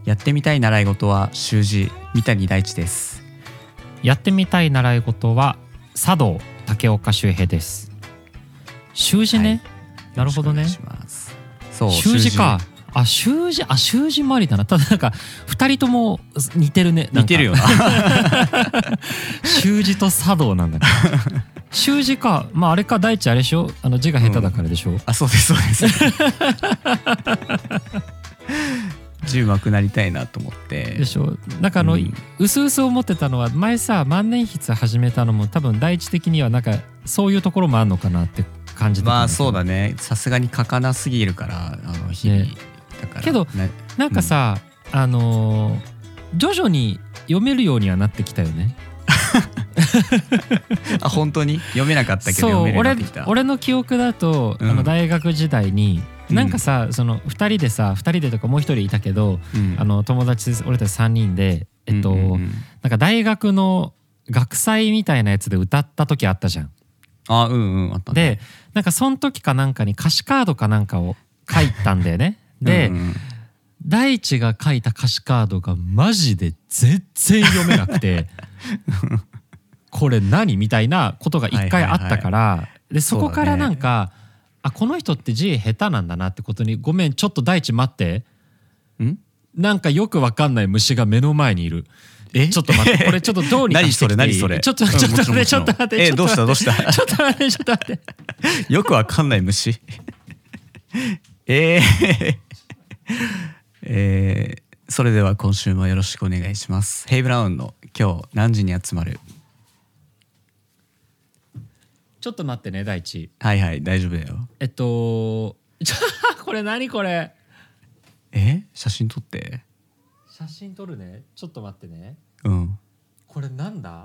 やってみたい習い事は習字、三谷大地です。 やってみたい習い事は茶道、竹岡修平です。習字ね、はい、なるほどね。 そう、 習字か。習字もありだな。ただなんか2人とも似てるね。 似てるよな習字と茶道なんだけど習字か。まああれか、大地あれでしょ、字が下手だからでしょ、 そうですそうです字上手くなりたいなと思ってでしょ。なんかうすうす思ってたのは、前さ万年筆始めたのも多分大地的にはなんかそういうところもあるのかなって感じてた。 まあそうだね、さすがに書かなすぎるから日々、ね、だからけどなんかさ、徐々に読めるようにはなってきたよね本当に読めなかったけど読めるようになってきた。 俺の記憶だと、大学時代になんかさ、その2人でとかもう1人いたけど、友達俺たち3人でなんか大学の学祭みたいなやつで歌った時あったじゃん。 あったね。 でなんかその時かなんかに歌詞カードかなんかを書いたんだよねで、大地が書いた歌詞カードがマジで全然読めなくてこれ何みたいなことが一回あったから、でそこからなんか、この人って字下手なんだなってことに、ごめんちょっと大地待って、なんかよくわかんない虫が目の前にいる。ちょっと待って、これちょっとどうにかしてきていい？ 何それちょっと待ってどうしたちょっと待ってよくわかんない虫それでは今週もよろしくお願いします。ヘイブラウンの今日何時に集まる。 ちょっと待ってね大地。 はいはい、大丈夫だよ。 これ何これ。 写真撮って。 写真撮るね。ちょっと待ってね。 これなんだ。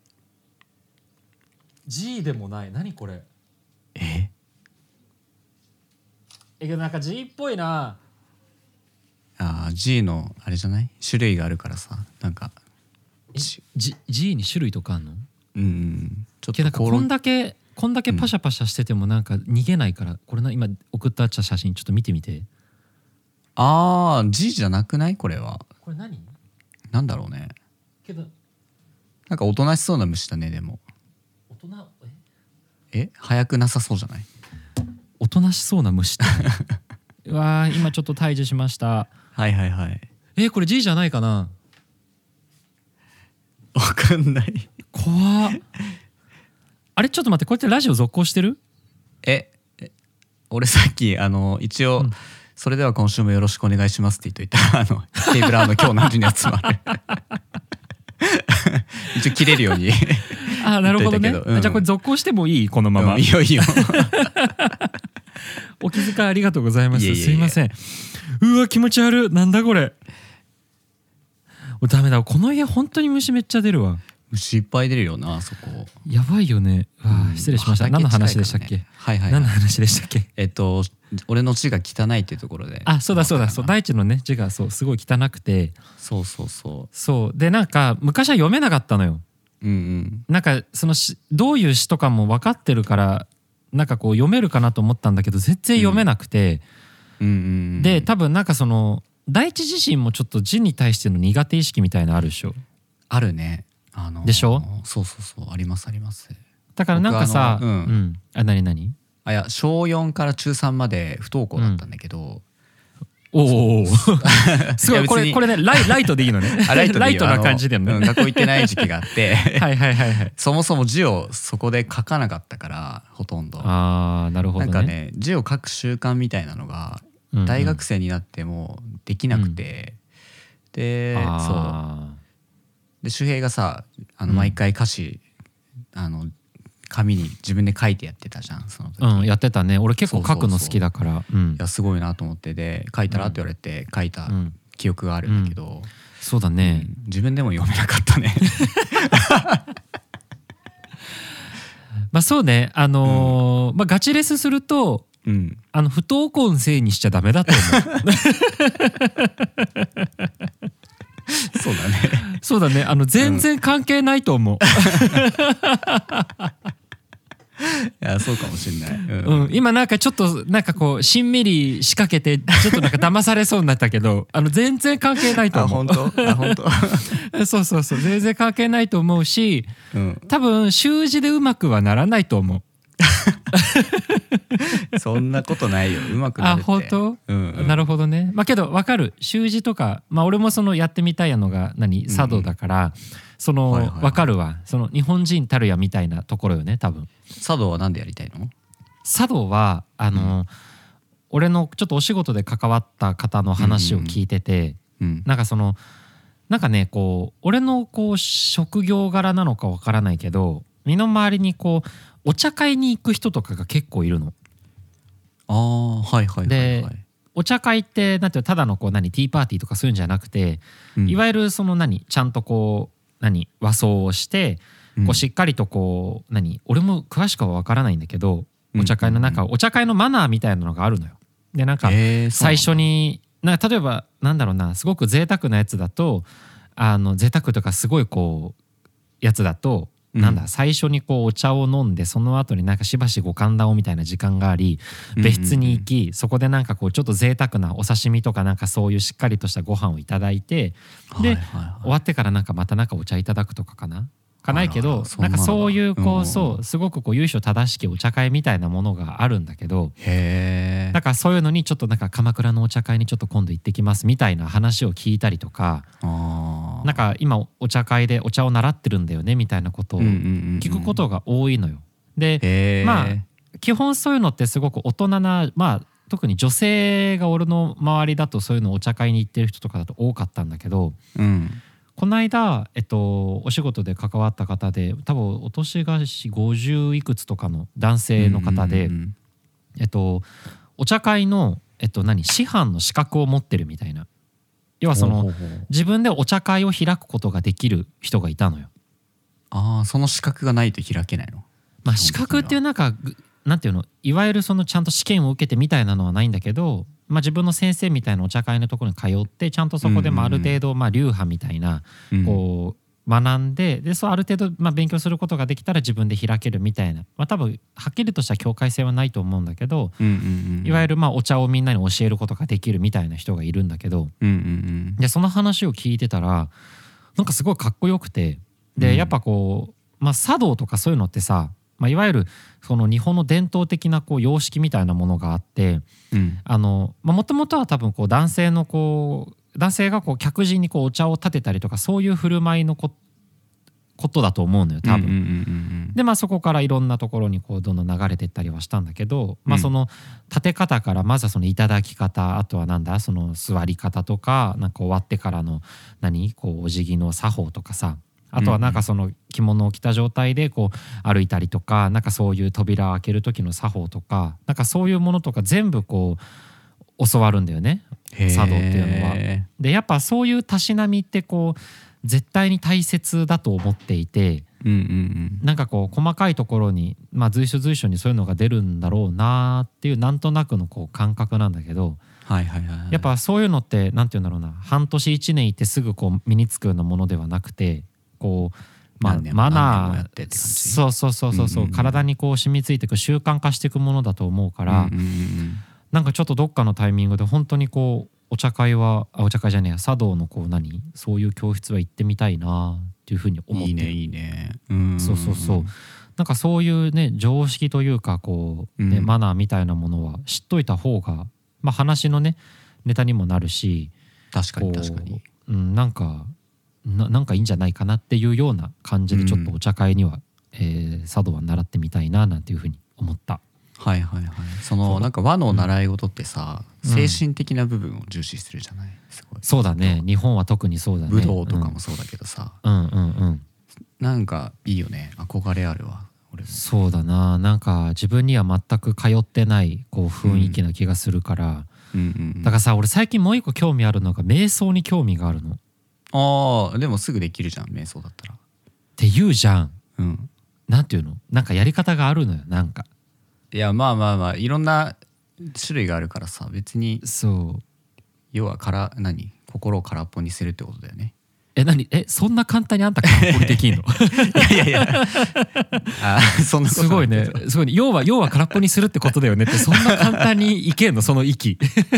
G でもない。何これ。なんか G っぽいな。 G のあれじゃない？種類があるからさ、なんか G に種類とかあんの？ ちょっとなんかこんだけパシャパシャしててもなんか逃げないから、これ今送った写真ちょっと見てみて。 G じゃなくない？これは。 これ何？ なんだろうね。 けどなんかおとなしそうな虫だね。でも大人早くなさそうじゃない？ おとなしそうな虫ってうわー、今ちょっと退治しました。 はいこれ G じゃないかな。 わかんない。 怖っ。あれちょっと待って、これってラジオ続行してる？ 俺さっき一応、それでは今週もよろしくお願いしますって言っといた。テーブラーの今日何時に集まる一応切れるようになるほどね。じゃあこれ続行してもいい？このまま。 いいよお気遣いありがとうございます。すいません。うわ気持ち悪い。なんだこれ。ダメだ、この家本当に虫めっちゃ出るわ。 虫いっぱい出るよな、あそこ。 やばいよね。失礼しました。何の話でしたっけ？何の話でしたっけ？ 俺の字が汚いっていうところで。 そうだ大地のね字がすごい汚くて。そうで、なんか昔は読めなかったのよ。なんかそのどういう詩とかも分かってるから、なんかこう読めるかなと思ったんだけど全然読めなくて、で多分なんかその大地自身もちょっと字に対しての苦手意識みたいなのあるでしょ？ あるね。 でしょ？ そうあります。 だからなんかさ、何？ いや、小4から中3まで不登校だったんだけど、 すごい、これねライトでいいのね。ライトな感じでもね。 学校行ってない時期があってはいそもそも字をそこで書かなかったから、ほとんど。 なるほどね。 なんかね、字を書く習慣みたいなのが大学生になってもできなくて、で周平がさ、毎回歌詞紙に自分で書いてやってたじゃん、その時。 やってたね。俺結構書くの好きだから。 いやすごいなと思って、で書いたらって言われて書いた記憶があるんだけど、 そうだね、 自分でも読めなかったねそうね、ガチレスすると、不登校のせいにしちゃダメだと思うそうだね。全然関係ないと思う。 いやそうかもしれない、 今なんかちょっとなんかこうしんみり仕掛けてちょっとなんか騙されそうになったけど全然関係ないと思う。 本当そう全然関係ないと思うし、多分習字でうまくはならないと思う。 そんなことないよ、うまくなるって。 本当、なるほどね。けど分かる、習字とか、俺もそのやってみたいのが茶道だから、その分かるわ。その日本人たるやみたいなところよね、多分。 茶道はなんでやりたいの？ 茶道は俺のちょっとお仕事で関わった方の話を聞いてて、なんかそのなんかねこう俺のこう職業柄なのか分からないけど、身の回りにこうお茶会に行く人とかが結構いるの。でお茶会ってなんていうの、ただのこうティーパーティーとかそういうんじゃなくて、いわゆるそのちゃんとこう和装をしてこうしっかりとこう俺も詳しくは分からないんだけど、お茶会の中、お茶会のマナーみたいなのがあるのよ。でなんか最初に例えばなんだろうな、すごく贅沢なやつだと贅沢とかすごいこうやつだと最初にこうお茶を飲んで、その後になんかしばしご歓談をみたいな時間があり、別室に行き、そこでなんかこうちょっと贅沢なお刺身とかなんかそういうしっかりとしたご飯をいただいて、で終わってからなんかまたなんかお茶いただくとかかないけど、なんかそういうこうそうすごくこう由緒正しきお茶会みたいなものがあるんだけど、だからそういうのにちょっとなんか鎌倉のお茶会にちょっと今度行ってきますみたいな話を聞いたりとか、なんか今お茶会でお茶を習ってるんだよねみたいなことを聞くことが多いのよ。で基本そういうのってすごく大人な特に女性が俺の周りだとそういうのお茶会に行ってる人とかだと多かったんだけど、この間、お仕事で関わった方で多分お年が50いくつとかの男性の方で、お茶会の、師範の資格を持ってるみたいな、要はその自分でお茶会を開くことができる人がいたのよ。 その資格がないと開けないの？ 資格っていうなんかなんていうの、いわゆるそのちゃんと試験を受けてみたいなのはないんだけど、自分の先生みたいなお茶会のところに通ってちゃんとそこでもある程度流派みたいなこう学んで、そうある程度勉強することができたら自分で開けるみたいな、多分はっきりとした境界線はないと思うんだけど、いわゆるお茶をみんなに教えることができるみたいな人がいるんだけど、でその話を聞いてたらなんかすごいかっこよくて、でやっぱこう茶道とかそういうのってさ、いわゆるその日本の伝統的なこう様式みたいなものがあって、もともとは多分こう男性がこう客人にこうお茶を立てたりとかそういう振る舞いのことだと思うのよ多分。でそこからいろんなところにこうどんどん流れていったりはしたんだけど、その立て方からまずはそのいただき方、あとはその座り方とか、なんか終わってからのこうお辞儀の作法とかさ、あとはなんかその着物を着た状態でこう歩いたりとか、なんかそういう扉を開ける時の作法とか、なんかそういうものとか全部こう教わるんだよね、茶道っていうのは。でやっぱそういうたしなみってこう絶対に大切だと思っていて、なんかこう細かいところに随所随所にそういうのが出るんだろうなっていうなんとなくのこう感覚なんだけど、やっぱそういうのってなんていうんだろうな、半年1年いってすぐこう身につくようなものではなくて、こうマナー、そう体にこう染みついていく習慣化していくものだと思うから、なんかちょっとどっかのタイミングで本当にこうお茶会じゃねえや、茶道のこうそういう教室は行ってみたいなっていうふうに思ってる。 いいね。 そうなんかそういうね常識というかこう、マナーみたいなものは知っといた方が話のねネタにもなるし、 確かになんかいいんじゃないかなっていうような感じで、ちょっとお茶会には、茶道は習ってみたいななんていうふうに思った。 そのなんか和の習い事ってさ、精神的な部分を重視するじゃない。すごいそうだね、日本は特にそうだね。 武道とかもそうだけどさ、なんかいいよね、憧れあるわ俺も。 そうだな、なんか自分には全く通ってないこう雰囲気な気がするから、だからさ、俺最近もう一個興味あるのが瞑想に興味があるの。 でもすぐできるじゃん瞑想だったらって言うじゃん。なんていうの、なんかやり方があるのよ。なんかいやいろんな種類があるからさ、別にそう、 要は心を空っぽにするってことだよね。 そんな簡単にあんた空っぽにできんの？ いやいやそんなことすごいね。すごいね。要は空っぽにするってことだよねって、そんな簡単にいけんのその息。 い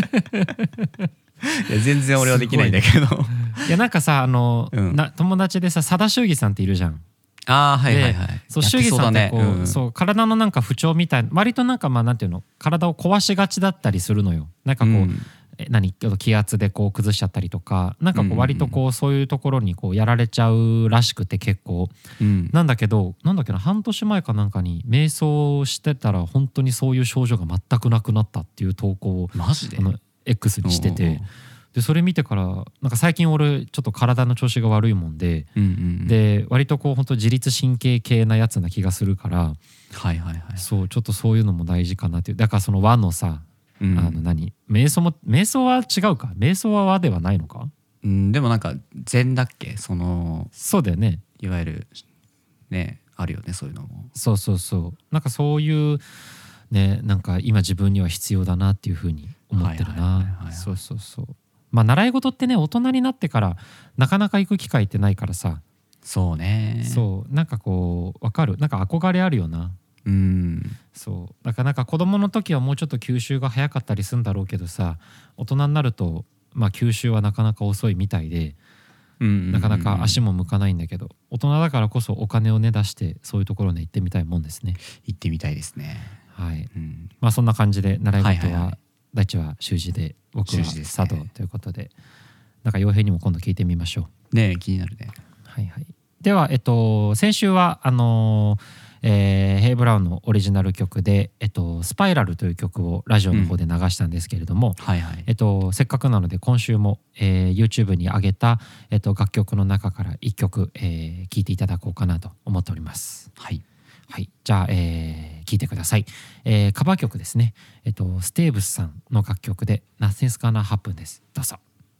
や全然俺はできないんだけど。 いやなんかさ友達でさ佐田修義さんっているじゃん。 はいはいはい。 そう修義さんってこう、そう体のなんか不調みたいな、割となんかなんていうの、体を壊しがちだったりするのよ。なんかこう、気圧でこう崩しちゃったりとか、なんかこう割とこうそういうところにこうやられちゃうらしくて結構、なんだけど半年前かなんかに瞑想してたら本当にそういう症状が全くなくなったっていう投稿をマジで X にしてて、でそれ見てからなんか最近俺ちょっと体の調子が悪いもんで、で割とこう本当自律神経系なやつな気がするから、そうちょっとそういうのも大事かなっていう。だからその和のさ、瞑想は違うか、瞑想は和ではないのか。 でもなんか禅だっけ、 そうだよね、 いわゆるねあるよねそういうのも。 そうなんかそういうね、なんか今自分には必要だなっていうふうに思ってるな。そうまあ習い事ってね、大人になってからなかなか行く機会ってないからさ。 そうね。 そうなんかこう分かる、なんか憧れあるよな。そうだからなんか子供の時はもうちょっと吸収が早かったりするんだろうけどさ、大人になるとまあ吸収はなかなか遅いみたいで、なかなか足も向かないんだけど、大人だからこそお金をね出してそういうところに行ってみたいもんですね。 行ってみたいですね。 まあそんな感じで習い事は大地は習字で、僕は茶道ということで、なんか洋平にも今度聞いてみましょうね。気になるね。 では先週はヘイブラウンのオリジナル曲でスパイラルという曲をラジオの方で流したんですけれども、せっかくなので今週もYouTube に上げた楽曲の中から1曲聴いていただこうかなと思っております。じゃあ聴いてください。カバー曲ですね。ステーブスさんの楽曲で Nothing's Gonna Happen です。どうぞ。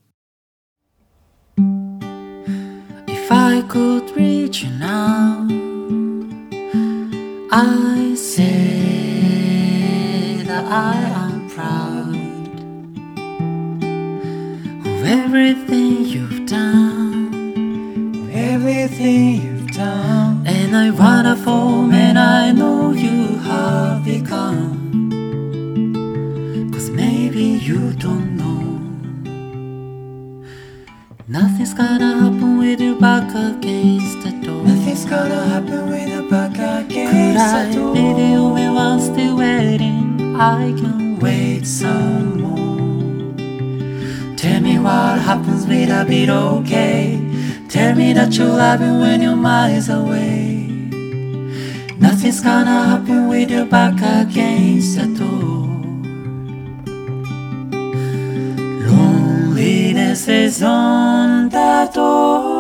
If I could reach you now, I say that I am proud of everything you've done, and I wonderful man I know you have become, 'cause maybe you don't know, nothing's gonna happen with your back against the door. Nothing's gonna happen with your back against Could I the door. be the only one still waiting? I can wait some more. Tell me what happens with a bit okay. Tell me that you love me when you're miles away. Nothing's gonna happen with your back against the door. Loneliness is on the door.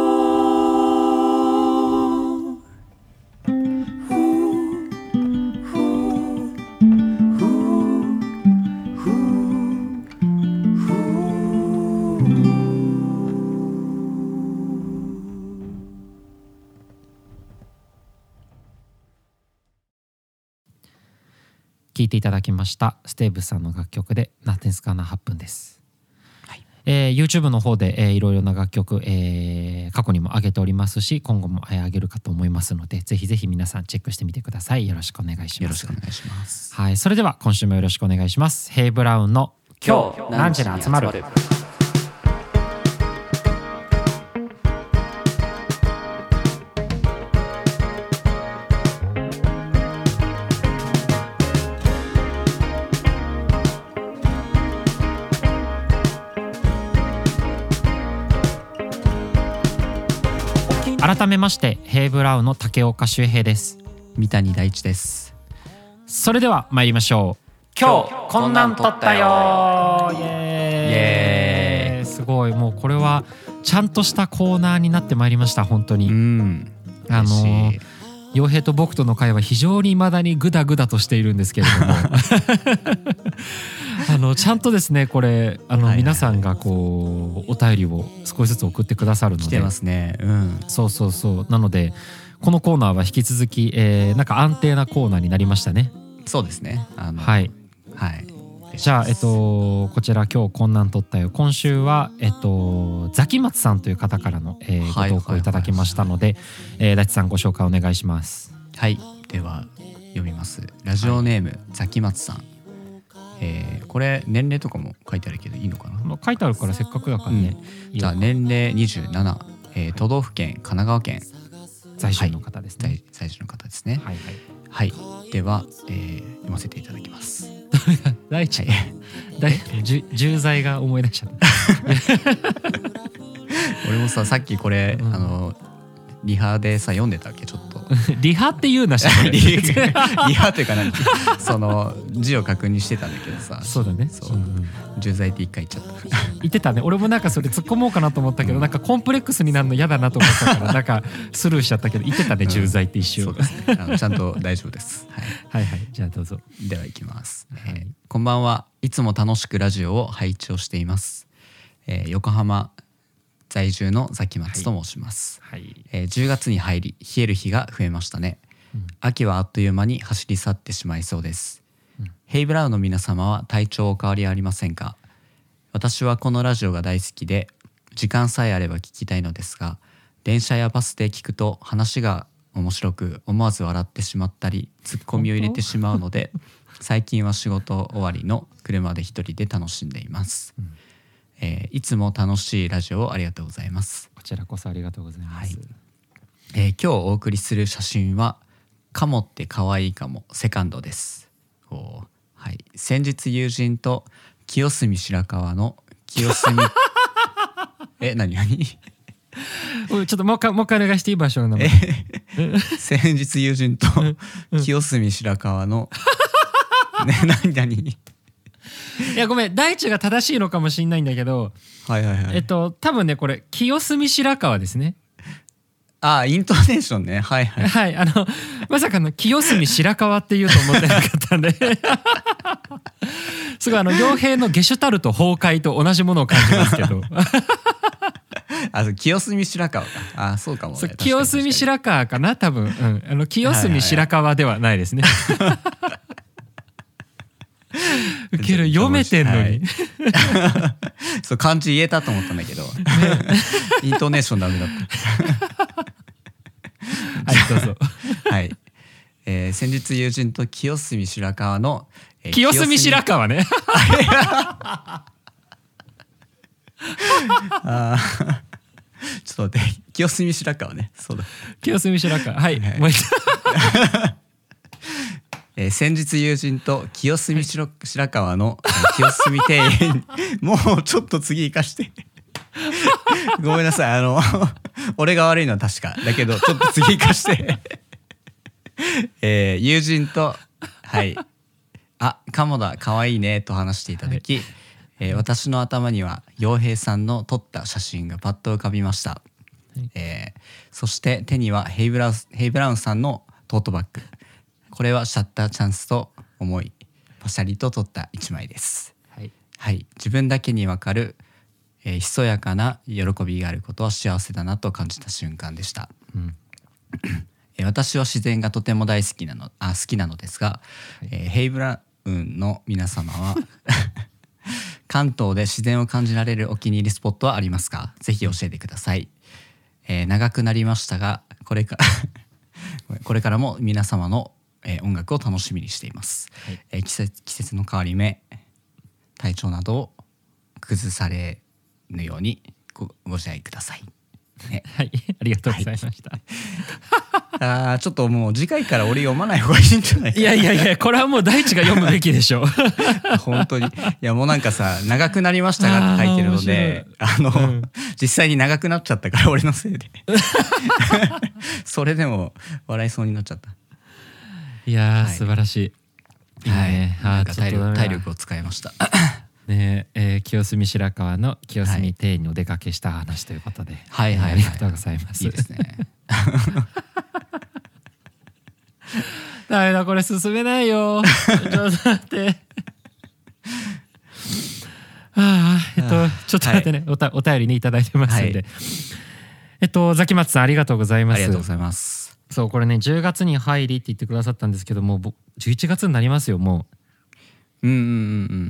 聴いていただきましたステーブスさんの楽曲で Nothing's Gonna Happen です。YouTube の方で、いろいろな楽曲、過去にも上げておりますし、今後も、上げるかと思いますので、ぜひぜひ皆さんチェックしてみてください。よろしくお願いします。 よろしくお願いします。 それでは今週もよろしくお願いします。ヘイブラウンの今日何時に集まる。改めましてヘイブラウンの竹岡修平です。 三谷大地です。 それでは参りましょう。今日こんなん撮ったよ。イエーイ。すごい、もうこれはちゃんとしたコーナーになってまいりました。本当に陽平と僕との会話非常に未だにグダグダとしているんですけれどもちゃんとですねこれ皆さんがこうお便りを少しずつ送ってくださるので来てますね。 そうなのでこのコーナーは引き続き、なんか安定なコーナーになりましたね。 そうですね。 じゃあこちら今日こんなん撮ったよ。今週はザキマツさんという方からのご投稿いただきましたので、大地さんご紹介お願いします。 はい、では読みます。ラジオネーム、ザキマツさん。これ年齢とかも書いてあるけどいいのかな。 書いてあるからせっかくだからね。 じゃあ年齢27、都道府県神奈川県在住の方ですね。 在住の方ですね。 はいはい。では、読ませていただきます。 大地、重罪が思い出しちゃった。 俺もさっきこれ、リハでさ読んでたわけちょっと。 リハって言うなし。 リハというか何その字を確認してたんだけどさ。 そうだね。 重罪って一回言っちゃった。 言ってたね。俺もなんかそれ突っ込もうかなと思ったけど、なんかコンプレックスになるの嫌だなと思ったからなんかスルーしちゃったけど、言ってたね、重罪って一瞬。 そうですね。ちゃんと大丈夫です。 はいはい。じゃあどうぞ。 では行きます。こんばんは。いつも楽しくラジオを拝聴しています。横浜在住のザキマツと申します。10月に入り冷える日が増えましたね。秋はあっという間に走り去ってしまいそうです。ヘイブラウンの皆様は体調お変わりありませんか？私はこのラジオが大好きで時間さえあれば聞きたいのですが、電車やバスで聞くと話が面白く思わず笑ってしまったりツッコミを入れてしまうので最近は仕事終わりの車で一人で楽しんでいます。いつも楽しいラジオをありがとうございます。 こちらこそありがとうございます。 今日お送りする写真はカモって可愛いかもセカンドです。先日友人と清澄白河の清澄何ちょっともう一回お願いしていい？場所の名前。 先日友人と清澄白河の何いやごめん、大地が正しいのかもしれないんだけど、多分ねこれ清澄白河ですね。 イントネーションね。はいまさかの清澄白河って言うと思ってなかったんですごい傭兵のゲシュタルト崩壊と同じものを感じますけど清澄白河か。そうかもね。 清澄白河かな多分。清澄白河ではないですね。ウケる、読めてんのに、 そう漢字言えたと思ったんだけど、イントネーションダメだった。 はいどうぞ。 先日友人と清澄白河の清澄白河ね。 ちょっと待って、清澄白河ね。そうだ、 清澄白河。もう一度。先日友人と清澄白河の清澄庭園もうちょっと次行かしてごめんなさい、俺が悪いのは確かだけどちょっと次行かして友人とカモだ可愛いねと話していただき、私の頭には陽平さんの撮った写真がパッと浮かびました。そして手にはヘイブラウンさんのトートバッグ。これはシャッターチャンスと思いパシャリと撮った一枚です。自分だけに分かる、ひそやかな喜びがあることは幸せだなと感じた瞬間でした。私は自然がとても好きなのですが、ヘイブラウンの皆様は関東で自然を感じられるお気に入りスポットはありますか？ぜひ教えてください。長くなりましたがこれからも皆様の音楽を楽しみにしています。季節の変わり目、体調などを崩されぬようにご自愛ください。 ありがとうございました。 ちょっともう次回から俺読まない方がいいんじゃないか。 いやこれはもう大地が読むべきでしょ。 本当に。いやもうなんかさ、長くなりましたがって書いてるので、実際に長くなっちゃったから俺のせいでそれでも笑いそうになっちゃった。 いや素晴らしい。 なんか体力を使いましたね。清澄白河の清澄庭園にお出かけした話ということで、ありがとうございます。 いいですね。 ダメだこれ進めないよ。ちょっと待って。ちょっと待ってね、お便りにいただいてますんで、ザキマツさんありがとうございます。 ありがとうございます。 そうこれね10月に入りって言ってくださったんですけども、11月になりますよもう。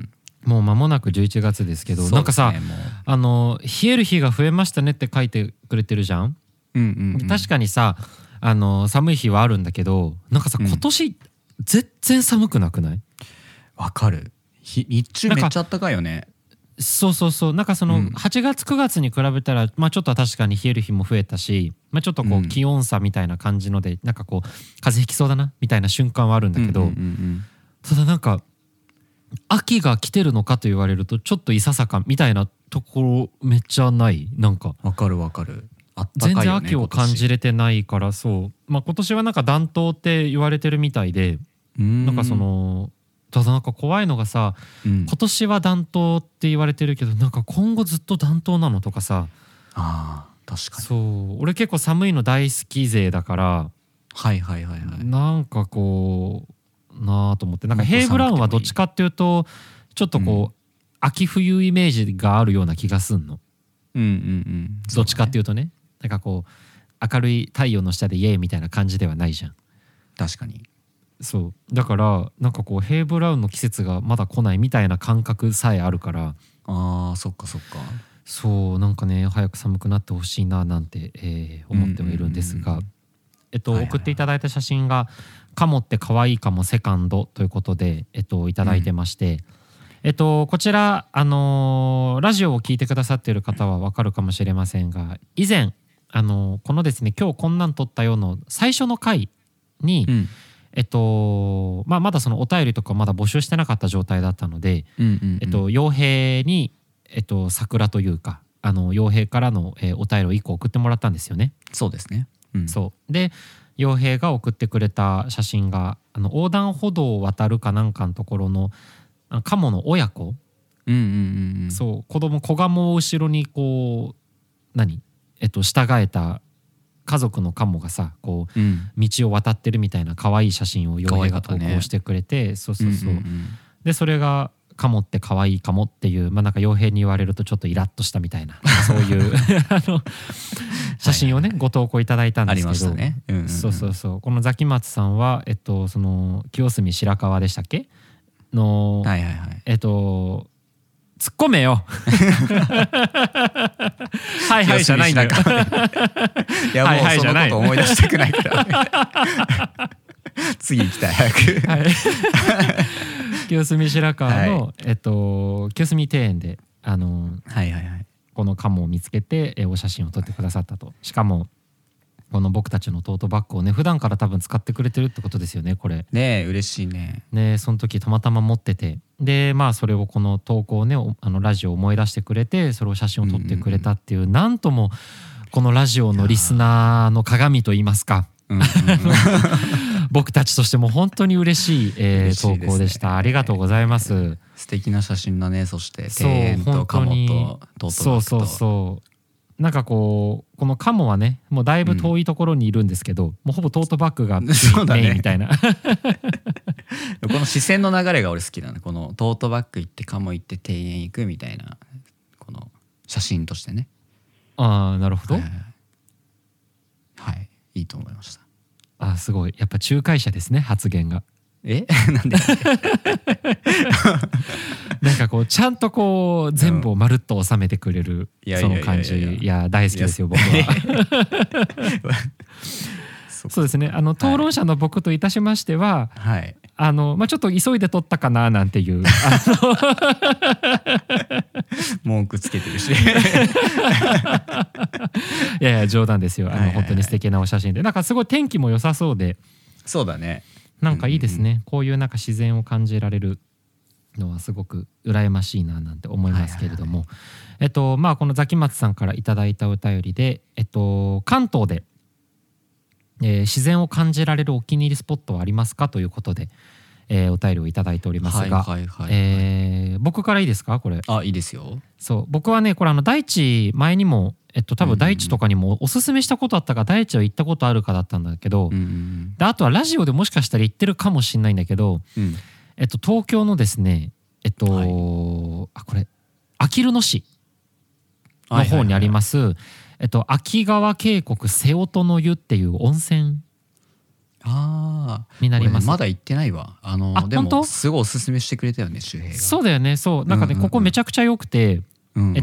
もう間もなく11月ですけど、なんかさ、冷える日が増えましたねって書いてくれてるじゃん。で確かにさ、寒い日はあるんだけど、なんかさ、今年全然寒くなくない？ わかる。日中めっちゃ暖かいよね。 そうそうそう。なんかその8月9月に比べたら、まあちょっと確かに冷える日も増えたし、まあちょっとこう気温差みたいな感じので、なんかこう風邪ひきそうだなみたいな瞬間はあるんだけど、ただなんか秋が来てるのかと言われるとちょっといささかみたいなところめっちゃない。なんかわかるわかる。あったかいよね、 全然秋を感じれてないから、そう、まあ今年はなんか暖冬って言われてるみたいで、なんかそのただなんか怖いのがさ、今年は暖冬って言われてるけど、なんか今後ずっと暖冬なのとかさ。 確かに。 そう俺結構寒いの大好き勢だから、なんかこうなあと思って、なんかヘイブラウンはどっちかっていうとちょっとこう、秋冬イメージがあるような気がすんの。どっちかっていうとね、なんかこう明るい太陽の下でイエーイみたいな感じではないじゃん。 確かに。 そうだからなんかこうヘイブラウンの季節がまだ来ないみたいな感覚さえあるから、 そっかそっか。 そうなんかね、早く寒くなってほしいななんて、思ってはいるんですが、送っていただいた写真が「カモって可愛いかもセカンド」ということで、いただいてまして、こちらラジオを聞いてくださっている方は分かるかもしれませんが、以前このですね「今日こんなん撮ったよ」の最初の回に、まだそのお便りとかまだ募集してなかった状態だったので、傭兵に、桜というか傭兵からの、お便りを1個送ってもらったんですよね。 そうですね。 そうで傭兵が送ってくれた写真が横断歩道を渡るかなんかのところのカモの親子、そう子ガモを後ろにこう従えた家族のカモがさこう、道を渡ってるみたいな可愛い写真を傭兵が投稿してくれて、そうでそれがカモって可愛いかもっていう、なんか傭兵に言われるとちょっとイラッとしたみたいなそういう写真をねご投稿いただいたんですけど、そうこのザキマツさんはその清澄白河でしたっけの突っ込めよはいはいじゃないんだよいやもうそのこと思い出したくないから次行きたい早く清澄白河の、清澄庭園でこのカモを見つけて、お写真を撮ってくださったと。しかもこの僕たちのトートバッグをね普段から多分使ってくれてるってことですよねこれ。 ねえ嬉しいね。 ねその時たまたま持ってて、でそれをこの投稿をねラジオを思い出してくれて、それを写真を撮ってくれたっていう、なんともこのラジオのリスナーの鏡といいますか、僕たちとしても本当に嬉しい、投稿でした。ありがとうございます。 素敵な写真だね。そして庭園とカモとトートバッグと、 そうなんかこのカモはねもうだいぶ遠いところにいるんですけど、もうほぼトートバッグがメインみたいなこの視線の流れが俺好きだね。このトートバッグ行ってカモ行って庭園行くみたいな、この写真としてね。 なるほど。 いいと思いました。 すごいやっぱ仲介者ですね発言が。 なんでなんかこうちゃんとこう全部をまるっと収めてくれるその感じ、いや大好きですよ僕はそうですね討論者の僕といたしましては、ちょっと急いで撮ったかななんていう文句つけてるしいや冗談ですよ。本当に素敵なお写真で、なんかすごい天気も良さそうで。 そうだね。 なんかいいですね、こういうなんか自然を感じられるのはすごく羨ましいななんて思いますけれども、このザキマツさんからいただいたお便りで、関東で、自然を感じられるお気に入りスポットはありますかということで、お便りをいただいておりますが、僕からいいですかこれ。 いいですよ。 そう僕はねこれ大地前にも多分大地とかにもおすすめしたことあったか、大地は行ったことあるかだったんだけど、であとはラジオでもしかしたら行ってるかもしれないんだけど、東京のですねこれあきる野市の方にあります秋川渓谷瀬音の湯っていう温泉になります。 まだ行ってないわ。で本当もすごいおすすめしてくれたよね、周平が。 そうだよね。そうなんかね、ここめちゃくちゃ良くて、 うんうんうん、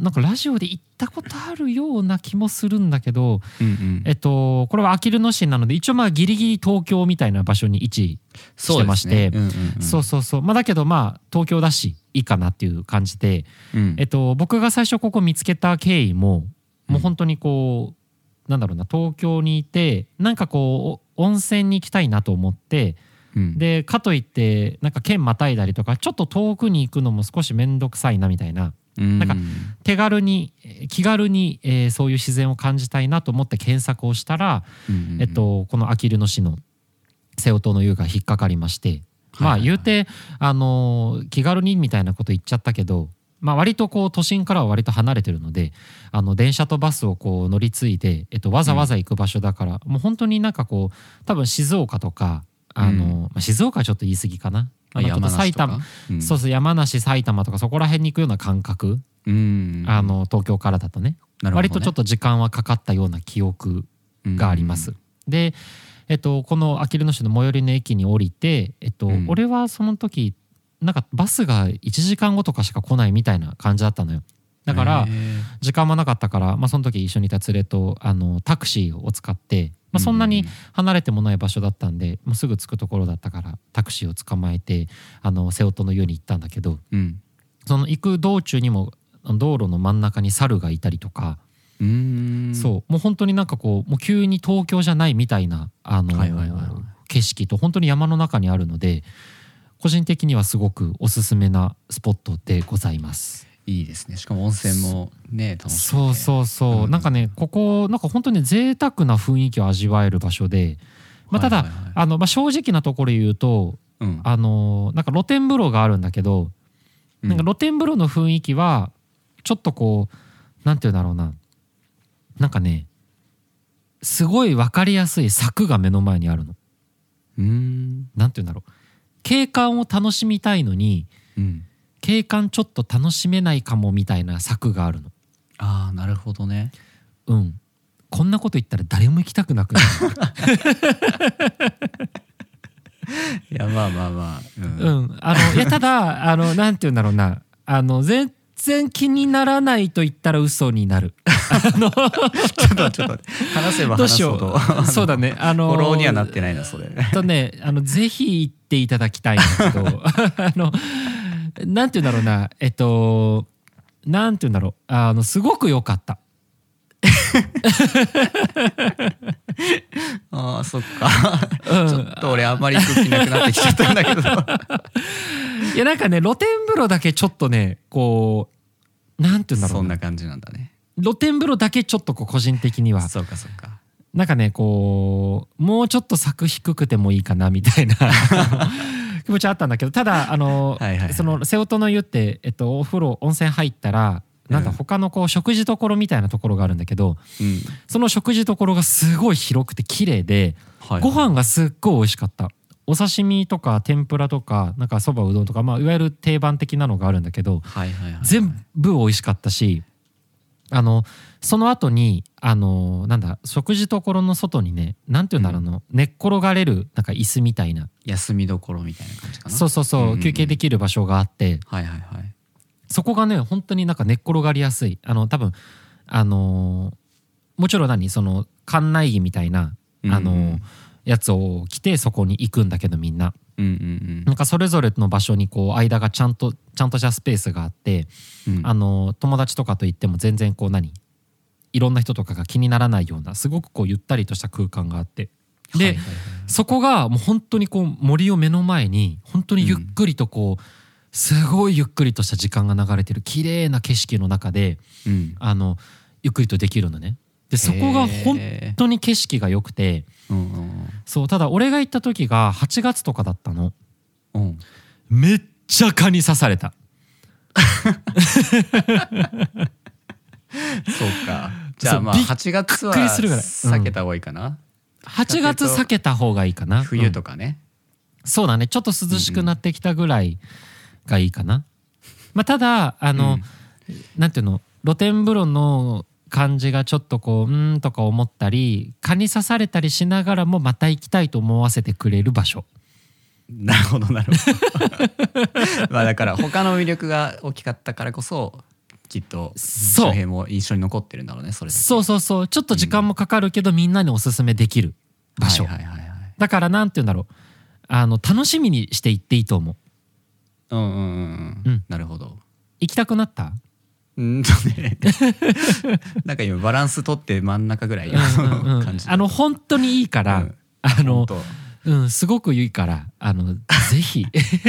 なんかラジオで言ったことあるような気もするんだけど、 うんうん、 これはあきる野市なので、一応まあギリギリ東京みたいな場所に位置してまして、そうそうそう、まあだけどまあ東京だしいいかなっていう感じで、 うん、 僕が最初ここ見つけた経緯も、もう本当にこうなんだろうな、東京にいてなんかこう温泉に行きたいなと思って、 うん、 でかといってなんか県またいだりとかちょっと遠くに行くのも少し面倒くさいなみたいな、なんか手軽に気軽に、そういう自然を感じたいなと思って検索をしたら、このあきる野市の瀬尾島の湯が引っかかりまして、まあ言うて気軽にみたいなこと言っちゃったけど、まあ割とこう都心からは割と離れてるので、電車とバスをこう乗り継いで、わざわざ行く場所だから、もう本当になんかこう多分静岡とか静岡はちょっと言い過ぎかな。埼玉、そうそう、山梨埼玉とかそこら辺に行くような感覚、東京からだとね、割とちょっと時間はかかったような記憶があります。で、このあきる野市の最寄りの駅に降りて、俺はその時なんかバスが1時間後とかしか来ないみたいな感じだったのよ。だから時間もなかったから、その時一緒にいた連れとタクシーを使って、そんなに離れてもない場所だったんで、もうすぐ着くところだったからタクシーを捕まえて瀬尾戸の湯に行ったんだけど、その行く道中にも道路の真ん中に猿がいたりとか、そうもう本当になんかこうもう急に東京じゃないみたいな景色と本当に山の中にあるので、個人的にはすごくおすすめなスポットでございます。 いいですね。しかも温泉もね楽しそう、なんかね、ここなんか本当に贅沢な雰囲気を味わえる場所で、ただ正直なところ言うと、なんか露天風呂があるんだけど、なんか露天風呂の雰囲気はちょっとこうなんていうんだろうな、なんかねすごい分かりやすい柵が目の前にあるの。なんていうんだろう、景観を楽しみたいのに、景観ちょっと楽しめないかもみたいな柵があるの。 ああ、なるほどね。 こんなこと言ったら誰も行きたくなくなる。 いやまあいやただなんて言うんだろうな、全然気にならないと言ったら嘘になる。 ちょっと話せば話すほどそうだね、フォローにはなってないなそれ。 ぜひ行っていただきたいんだけど、なんて言うんだろうな、なんて言うんだろう、すごく良かった。 ああ、そっか、ちょっと俺あんまり行く気なくなってきちゃったんだけど。 いやなんかね、露天風呂だけちょっとね、こうなんて言うんだろうな、 そんな感じなんだね。 露天風呂だけちょっとこう個人的にはそうかなんかね、こうもうちょっと柵低くてもいいかなみたいな気持ちあったんだけど、ただその瀬尾戸の湯って、お風呂温泉入ったらなんだ他のこう食事処みたいなところがあるんだけど、その食事処がすごい広くて綺麗で、ご飯がすっごい美味しかった。お刺身とか天ぷらとかなんかそばうどんとか、いわゆる定番的なのがあるんだけど、全部美味しかったし、その後になんだ食事処の外にね、なんていうんだろう、寝っ転がれるなんか椅子みたいな、 休みどころみたいな感じかな。 そう、休憩できる場所があって、そこがね本当になんか寝っ転がりやすい。多分もちろんその館内着みたいなやつを着てそこに行くんだけど、みんななんかそれぞれの場所にこう間がちゃんとしたスペースがあって、友達とかと行っても全然こういろんな人とかが気にならないようなすごくこうゆったりとした空間があって、でそこがもう本当にこう森を目の前に本当にゆっくりとこうすごいゆっくりとした時間が流れてる綺麗な景色の中で、ゆっくりとできるのね。でそこが本当に景色が良くて、そう、ただ俺が行った時が8月とかだったの。めっちゃ蚊に刺された。 そうか。じゃあ8月は避けた方がいいかな。 8月避けた方がいいかな。 冬とかね。 そうだね。ちょっと涼しくなってきたぐらいがいいかな。ただなんていうの、露天風呂の感じがちょっとこうとか思ったり蚊に刺されたりしながらもまた行きたいと思わせてくれる場所。 なるほどなるほどまあだから他の魅力が大きかったからこそきっとそう周平も印象に残ってるんだろうねそれだけ。 そうそうそう、ちょっと時間もかかるけど、みんなにおすすめできる場所、 はいはいはいはい。 だからなんて言うんだろう、楽しみにして行っていいと思う。 うんうんうんううんん。なるほど。 行きたくなった？ ねなんか今バランス取って真ん中ぐらいうん感じ。 本当にいいから、 うん本当すごくいいからぜひ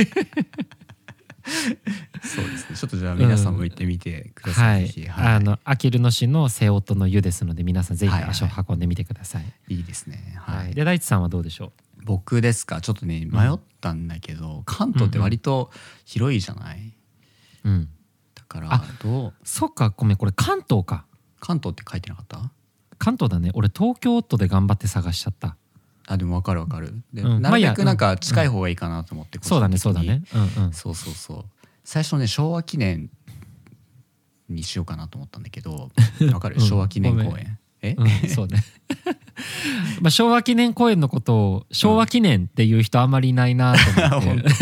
そうですね。ちょっとじゃあ皆さんも行ってみてくださ。 はいい、 ぜひはいあきる野市の瀬音の湯ですので、皆さんぜひはいはい足を運んでみてください。 いいですね。ははいい、で大地さんはどうでしょ僕ですか。ちょっとね迷ったんだけど、関東って割と広いじゃない。 う？うん、 だからあどうそっか、ごめん、これ関東か。 関東って書いてなかった？ 関東だね。俺東京都で頑張って探しちゃった。 あでも分かる分かる。で、 うんなるべくまあいいやなんか近い方がいいかなと思って、 そうだね個人的にそうだね。うんうん。 そうそうそう。最初ね昭和記念にしようかなと思ったんだけど、分かる、 うん昭和記念公ごめ園。え、 そうねまあ昭和記念公園のことを昭和記念っていう人あまりいないなと思って、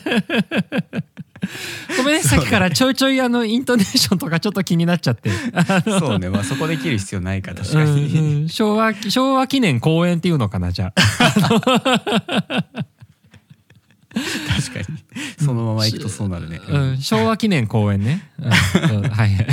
ごめんね、さっきからちょいちょいイントネーションとかちょっと気になっちゃってそうね、まあそこで切る必要ないから確かに、 うんうん、昭和記念公園っていうのかな、じゃあ確かにそのまま行くとそうなるね。 昭和記念公園ね、はい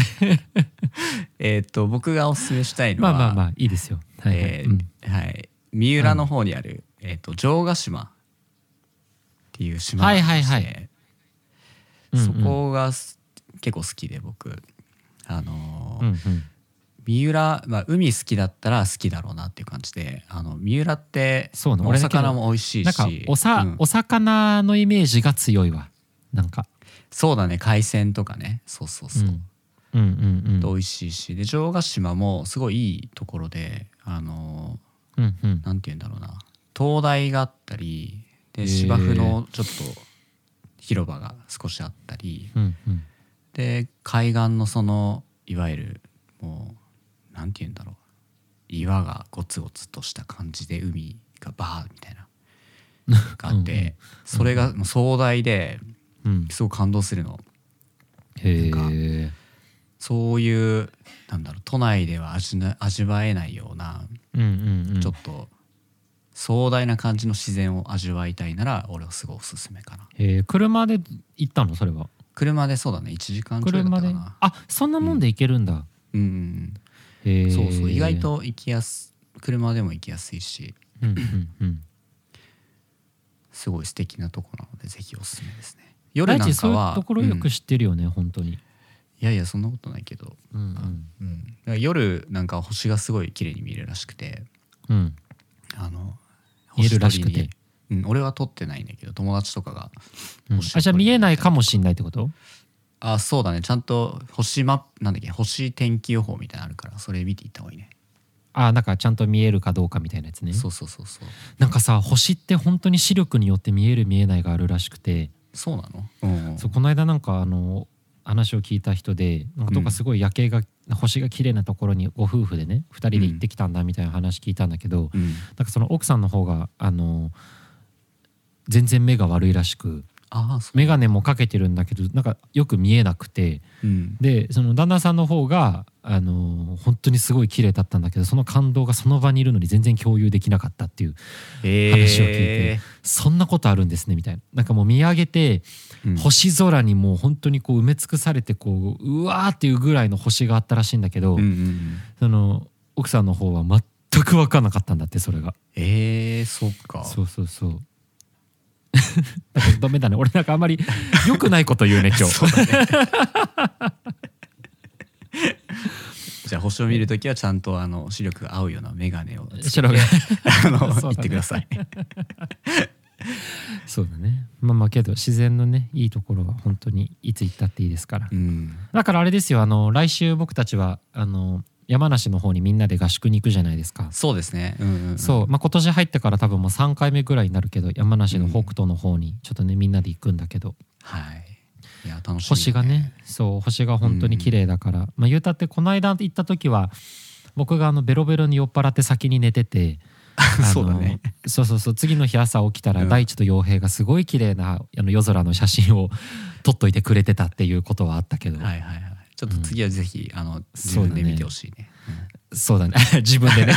僕がおすすめしたいのはまあいいですよ。はいはいうんはい、三浦の方にある、城ヶ島っていう島がありまして、 はいはいはいそこが結構好きで僕うんうん三浦、まあ、海好きだったら好きだろうなっていう感じで、三浦ってそうねお魚も美味しいし、 なんかうんお魚のイメージが強いわ、なんかそうだね、海鮮とかね、そうそうそう、 うんうんうん美味しいし、で城ヶ島もすごいいいところでうんうんなんて言うんだろうな、灯台があったりでへー芝生のちょっと広場が少しあったりうんうんで、海岸のそのいわゆるもうなんて言うんだろう、岩がゴツゴツとした感じで海がバーみたいながあってうんうんそれがもう壮大ですごく感動するの。 へなんえそういうなんだろう、都内では味わえないようなうんうんうんちょっと壮大な感じの自然を味わいたいなら俺はすごいおすすめかな。 車で行ったのそれは？ 車でそうだね、1時間ちょいだった車でかな。 そんなもんで行けるんだ。 うんへえそうそう、意外と車でも行きやすいしうんうんうんすごい素敵なとこなのでぜひおすすめですね。夜なん大地そういうかはところよく知ってるよね、本当に。 いやいやそんなことないけど、 うんだから夜なんか星がすごい綺麗に見えるらしくて、 うん見えるらしくて星取りに俺は撮ってないんだけど友達とかがうん星をじゃあ見えないかも撮りしんないってこと？ あそうだね、ちゃんと星マップなんだっけ、星天気予報みたいなのあるからそれ見ていった方がいいね。 なんかちゃんと見えるかどうかみたいなやつね。 そうそうそうそう。 なんかさ、星って本当に視力によって見える見えないがあるらしくて、 そうなの？ そうこの間なんか話を聞いた人で、なんかどっかすごい夜景が、星が綺麗なところにご夫婦でね2人で行ってきたんだみたいな話聞いたんだけど、 うんなんかその奥さんの方が全然目が悪いらしく、 ああそう。 眼鏡もかけてるんだけどなんかよく見えなくて、 うんでその旦那さんの方が本当にすごい綺麗だったんだけど、その感動がその場にいるのに全然共有できなかったっていう話を聞いて、そんなことあるんですねみたいな。なんかもう見上げて、 うん星空にもう本当にこう埋め尽くされてこううわーっていうぐらいの星があったらしいんだけど、 うんうんうんその奥さんの方は全く分かんなかったんだって、それが。 そっか。 そうそうそうだからダメだね、俺なんかあんまり良くないこと言うね今日。 そうだねじゃあ星を見るときはちゃんと視力が合うような眼鏡をつけて白がそうだね言ってください。 そうだね。まあけど自然のねいいところは本当にいつ行ったっていいですから。 うんだからあれですよ、来週僕たちは山梨の方にみんなで合宿に行くじゃないですか。 そうですね。 そう、今年入ってから多分もう3回目ぐらいになるけど、山梨の北東の方にちょっとねみんなで行くんだけど、 はい。 いや楽しみだね。 星がね、そう星が本当に綺麗だから、まあ言うたってこの間行った時は僕がベロベロに酔っ払って先に寝ててそうだね。 そう次の日朝起きたらうん大地と陽平がすごい綺麗な夜空の写真を撮っといてくれてたっていうことはあったけど、 はいはいはい。ちょっと次はぜひ自分で見てほしいね。 そうだね自分でね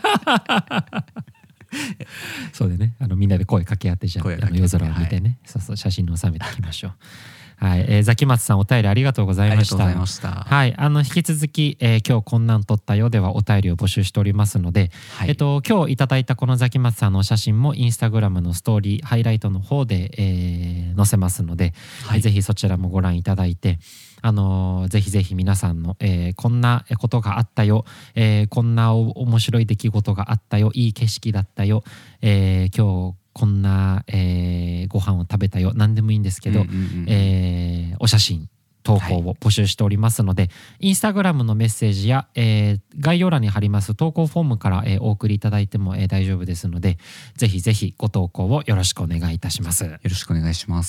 そうでねみんなで声かけ合ってじゃあ声かけ合って夜空を見てね、そう写真を収めていきましょう。はい、ザキマツさんお便りありがとうございました。 ありがとうございました。 はい、引き続き、今日こんなん撮ったよではお便りを募集しておりますので、 はい今日いただいたこのザキマツさんのお写真もインスタグラムのストーリーハイライトの方で、載せますので、 はいぜひそちらもご覧いただいて、ぜひぜひ皆さんの、こんなことがあったよ、こんな面白い出来事があったよ、いい景色だったよ、今日こんな、ご飯を食べたよ、何でもいいんですけど、お写真投稿を募集しておりますので、インスタグラムのメッセージや、概要欄に貼ります投稿フォームから、お送りいただいても、大丈夫ですので、ぜひぜひご投稿をよろしくお願いいたします。 よろしくお願いします。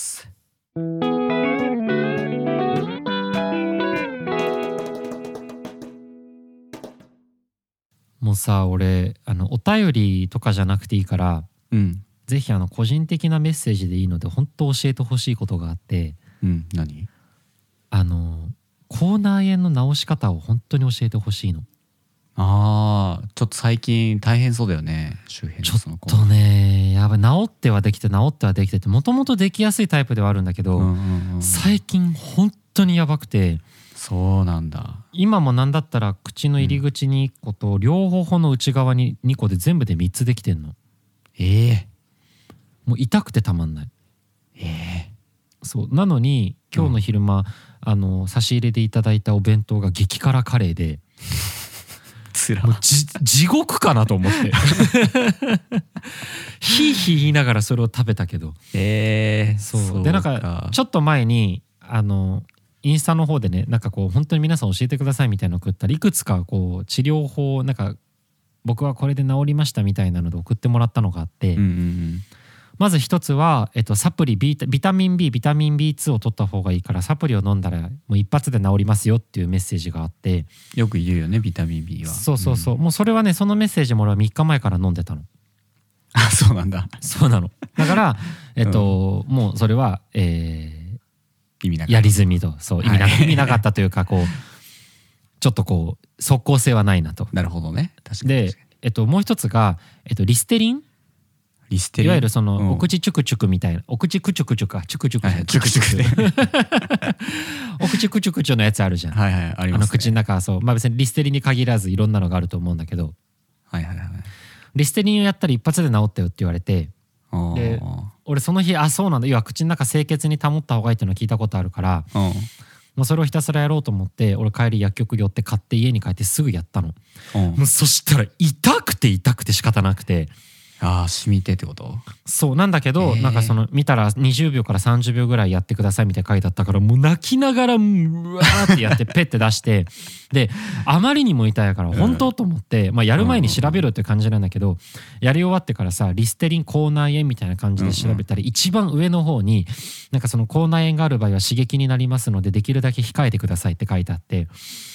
もうさ、俺お便りとかじゃなくていいから、ぜひ個人的なメッセージでいいので本当教えてほしいことがあって、 何？ 口内炎の治し方を本当に教えてほしいの。 ちょっと最近大変そうだよね、周辺のちょその子。 っとね、やばい、治ってはできてもともとできやすいタイプではあるんだけど、最近本当にやばくて。 そうなんだ。 今もなんだったら口の入り口に1個と両頬の内側に2個で全部で3つできてんの。もう痛くてたまんない。そうなのに今日の昼間、差し入れでいただいたお弁当が激辛カレーでつらもう地獄かなと思ってヒーヒー言いながらそれを食べたけど、そうでなんかちょっと前にインスタの方でね、なんかこう本当に皆さん教えてくださいみたいなのを送ったら、いくつかこう治療法なんか僕はこれで治りましたみたいなので送ってもらったのがあって、まず一つは、サプリビタミン B ビタミン B2 を取った方がいいからサプリを飲んだらもう一発で治りますよっていうメッセージがあって、 よく言うよね、ビタミン B は。 そう、もうそれはね、そのメッセージも俺は3日前から飲んでたの。 あ、そうなんだ。 そうなの。だからもうそれは、 意味なかった。 やり済みと、そう意味なかったというか、こうちょっとこう即効性はないなと。 なるほどね。確かに。 で、もう一つが、リステリン。いわゆるその、お口チュクチュクみたいな、お口クチュクチュか、チュクチュク、 チュクチュクでお口クチュクチュのやつあるじゃん。 はいはい、ありますね。 口の中、そう、まあ別にリステリンに限らずいろんなのがあると思うんだけど、リステリンをやったら一発で治ったよって言われて、で俺その日、そうなんだ、要は口の中清潔に保った方がいいっていうのを聞いたことあるから、もうそれをひたすらやろうと思って、俺帰り薬局寄って買って家に帰ってすぐやったの。もうそしたら痛くて仕方なくて。 染みてってこと？ そうなんだけど、なんかその見たら20秒から30秒ぐらいやってくださいみたいな書いてあったから、もう泣きながらうわーってやってペッて出してで、あまりにも痛いから本当と思って、まあやる前に調べろって感じなんだけど、やり終わってからさ、リステリン口内炎みたいな感じで調べたら、一番上の方になんかその口内炎がある場合は刺激になりますのでできるだけ控えてくださいって書いてあって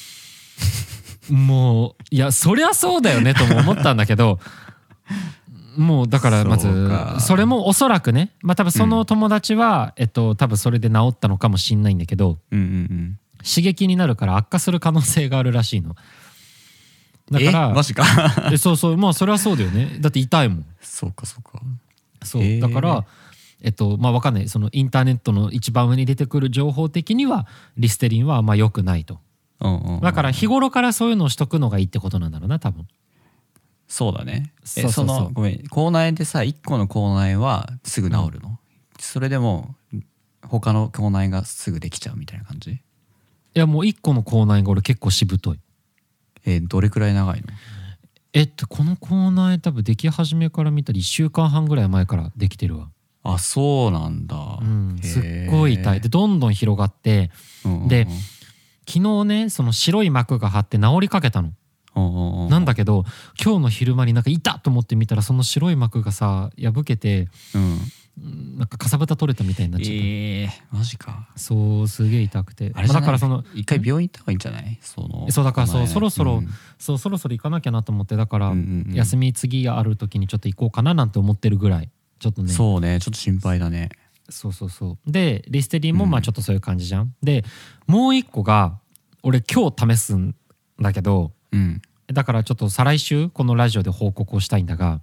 もういやそりゃそうだよねとも思ったんだけど、もうだからまずそれもおそらくね、まあ多分その友達は多分それで治ったのかもしんないんだけど、刺激になるから悪化する可能性があるらしいの。だからマジかそうまあそれはそうだよね、だって痛いもん。 そうだからまあ分かんない、そのインターネットの一番上に出てくる情報的にはリステリンはまあ良くないと。だから日頃からそういうのをしとくのがいいってことなんだろうな多分。 そうだね。 そうごめん、口内炎でさ、1個の口内炎はすぐ治るの？それでも他の口内炎がすぐできちゃうみたいな感じ？ いやもう1個の口内炎が俺結構しぶとい。 どれくらい長いの？ この口内炎多分でき始めから見たら1週間半ぐらい前からできてるわ。 あ、そうなんだ。 すっごい痛い。でどんどん広がって、で昨日ね、その白い膜が張って治りかけたの。なんだけど今日の昼間になんか痛っと思って見たら、その白い膜がさ破けて、 なんかかさぶた取れたみたいになっちゃった、 マジか。 そうすげえ痛くて、 あれじゃない、 だからその一回病院行った方がいいんじゃない？ そうだからそうそろそろ、そうそろそろ行かなきゃなと思って、だから休み次ある時にちょっと行こうかななんて思ってるぐらいちょっとね。 そうね、ちょっと心配だね。 そうでリステリンもまあちょっとそういう感じじゃん、でもう一個が俺今日試すんだけど、だからちょっと再来週このラジオで報告をしたいんだが、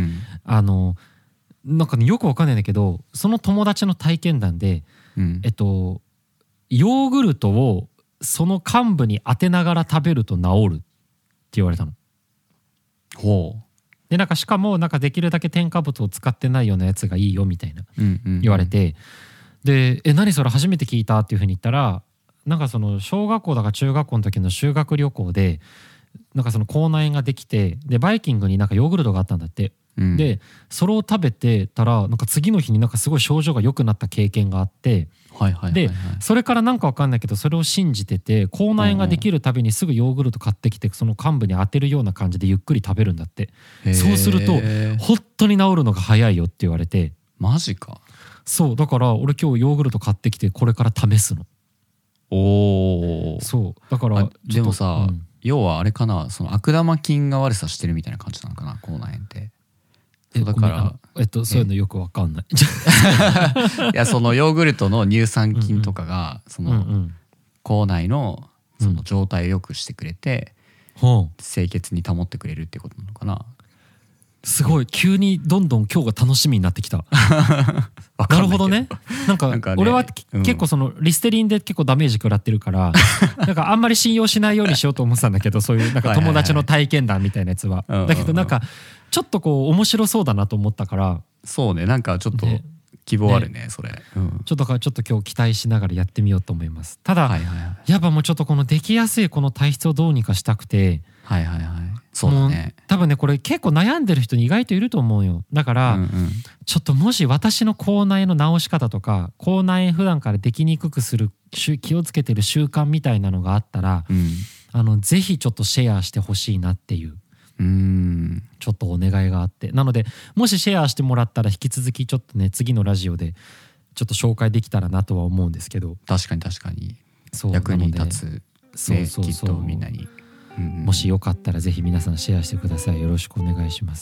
なんかねよくわかんないんだけど、その友達の体験談で、ヨーグルトをその患部に当てながら食べると治るって言われたの。 ほう。 でなんかしかもなんかできるだけ添加物を使ってないようなやつがいいよみたいな言われて、で何それ初めて聞いたっていうふうに言ったら、なんかその小学校だか中学校の時の修学旅行でなんかその口内炎ができて、でバイキングになんかヨーグルトがあったんだって、でそれを食べてたらなんか次の日になんかすごい症状が良くなった経験があって、でそれからなんかわかんないけどそれを信じてて、口内炎ができるたびにすぐヨーグルト買ってきてその患部に当てるような感じでゆっくり食べるんだって。そうすると本当に治るのが早いよって言われて。 マジか。 そうだから俺今日ヨーグルト買ってきてこれから試すの。 おお。 そうだからでもさ、要はあれかな、その悪玉菌が悪さしてるみたいな感じなのかな、口内炎って。そうだからそういうのよくわかんない。 いやそのヨーグルトの乳酸菌とかがその口内のその状態を良くしてくれて、清潔に保ってくれるってことなのかな。 すごい急にどんどん今日が楽しみになってきた。なるほどね。なんか俺は結構そのリステリンで結構ダメージ食らってるからなんかあんまり信用しないようにしようと思ってたんだけど、そういうなんか友達の体験談みたいなやつは。だけどなんかちょっとこう面白そうだなと思ったから。 そうね、なんかちょっと希望あるねそれ。 ちょっと今日期待しながらやってみようと思います。ただやっぱもうちょっとこのできやすいこの体質をどうにかしたくて。そうだね。多分ねこれ結構悩んでる人に意外といると思うよ。だから、ちょっともし私の口内炎の治し方とか口内炎普段からできにくくする気をつけてる習慣みたいなのがあったら、ぜひちょっとシェアしてほしいなっていうちょっとお願いがあって、なのでもしシェアしてもらったら引き続きちょっとね次のラジオでちょっと紹介できたらなとは思うんですけど。 確かに役に立つね、きっとみんなに。 もしよかったらぜひ皆さんシェアしてください。よろしくお願いします。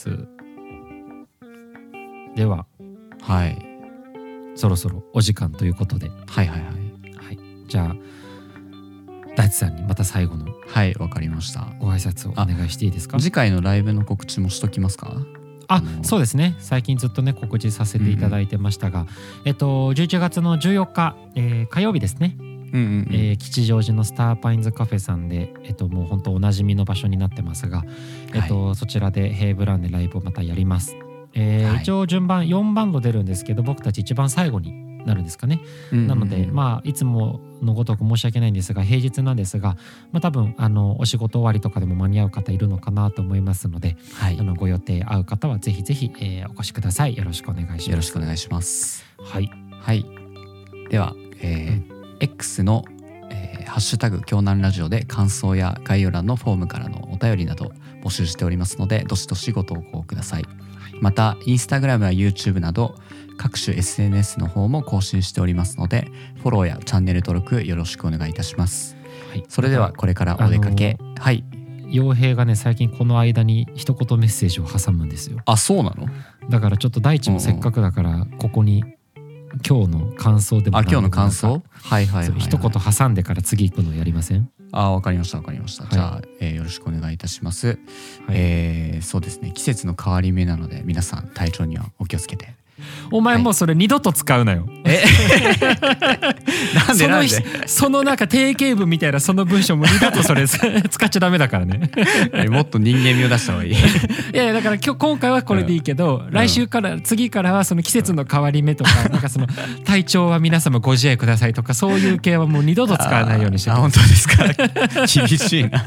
ではそろそろお時間ということで、じゃあ大地さんにまた最後のわかりました、 ご挨拶をお願いしていいですか。 次回のライブの告知もしときますか。 そうですね、最近ずっとね告知させていただいてましたが、11月の14日、火曜日ですね。吉祥寺のスターパインズカフェさんで、もう本当おなじみの場所になってますが、そちらでヘイブラウンでライブをまたやります。一応順番4バンド出るんですけど、僕たち一番最後になるんですかね。なのでいつものごとく申し訳ないんですが、平日なんですが、多分お仕事終わりとかでも間に合う方いるのかなと思いますので、ご予定合う方はぜひぜひ、お越しください。よろしくお願いします。 よろしくお願いします。では、X の、ハッシュタグ京南ラジオで感想や概要欄のフォームからのお便りなど募集しておりますので、どしどしご投稿ください。またインスタグラムや YouTube など各種 SNS の方も更新しておりますので、フォローやチャンネル登録よろしくお願いいたします。それではこれからお出かけ。 陽平がね最近この間に一言メッセージを挟むんですよ。 そうなの。 だからちょっと大地もせっかくだからここに今日の感想でも今日の感想一言挟んでから次行くのやりません？ わかりました。じゃあ、よろしくお願いいたします。そうですね、季節の変わり目なので皆さん体調にはお気をつけて。 お前もうそれ二度と使うなよ。なんでそのなんか定型文みたいなその文章も二度とそれ使っちゃダメだからね。 もっと人間味を出した方がいい。いやだから今回はこれでいいけど、来週から次からはその季節の変わり目とか、なんかその体調は皆様ご自愛くださいとか、そういう系はもう二度と使わないようにしてください。 本当ですか。厳しいな。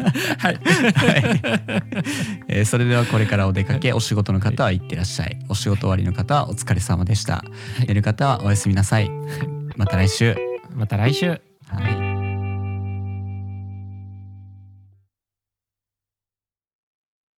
それではこれからお出かけ、お仕事の方は行ってらっしゃい。お仕事終わりの方はお疲れ様でした。寝る方はおやすみなさい。また来週。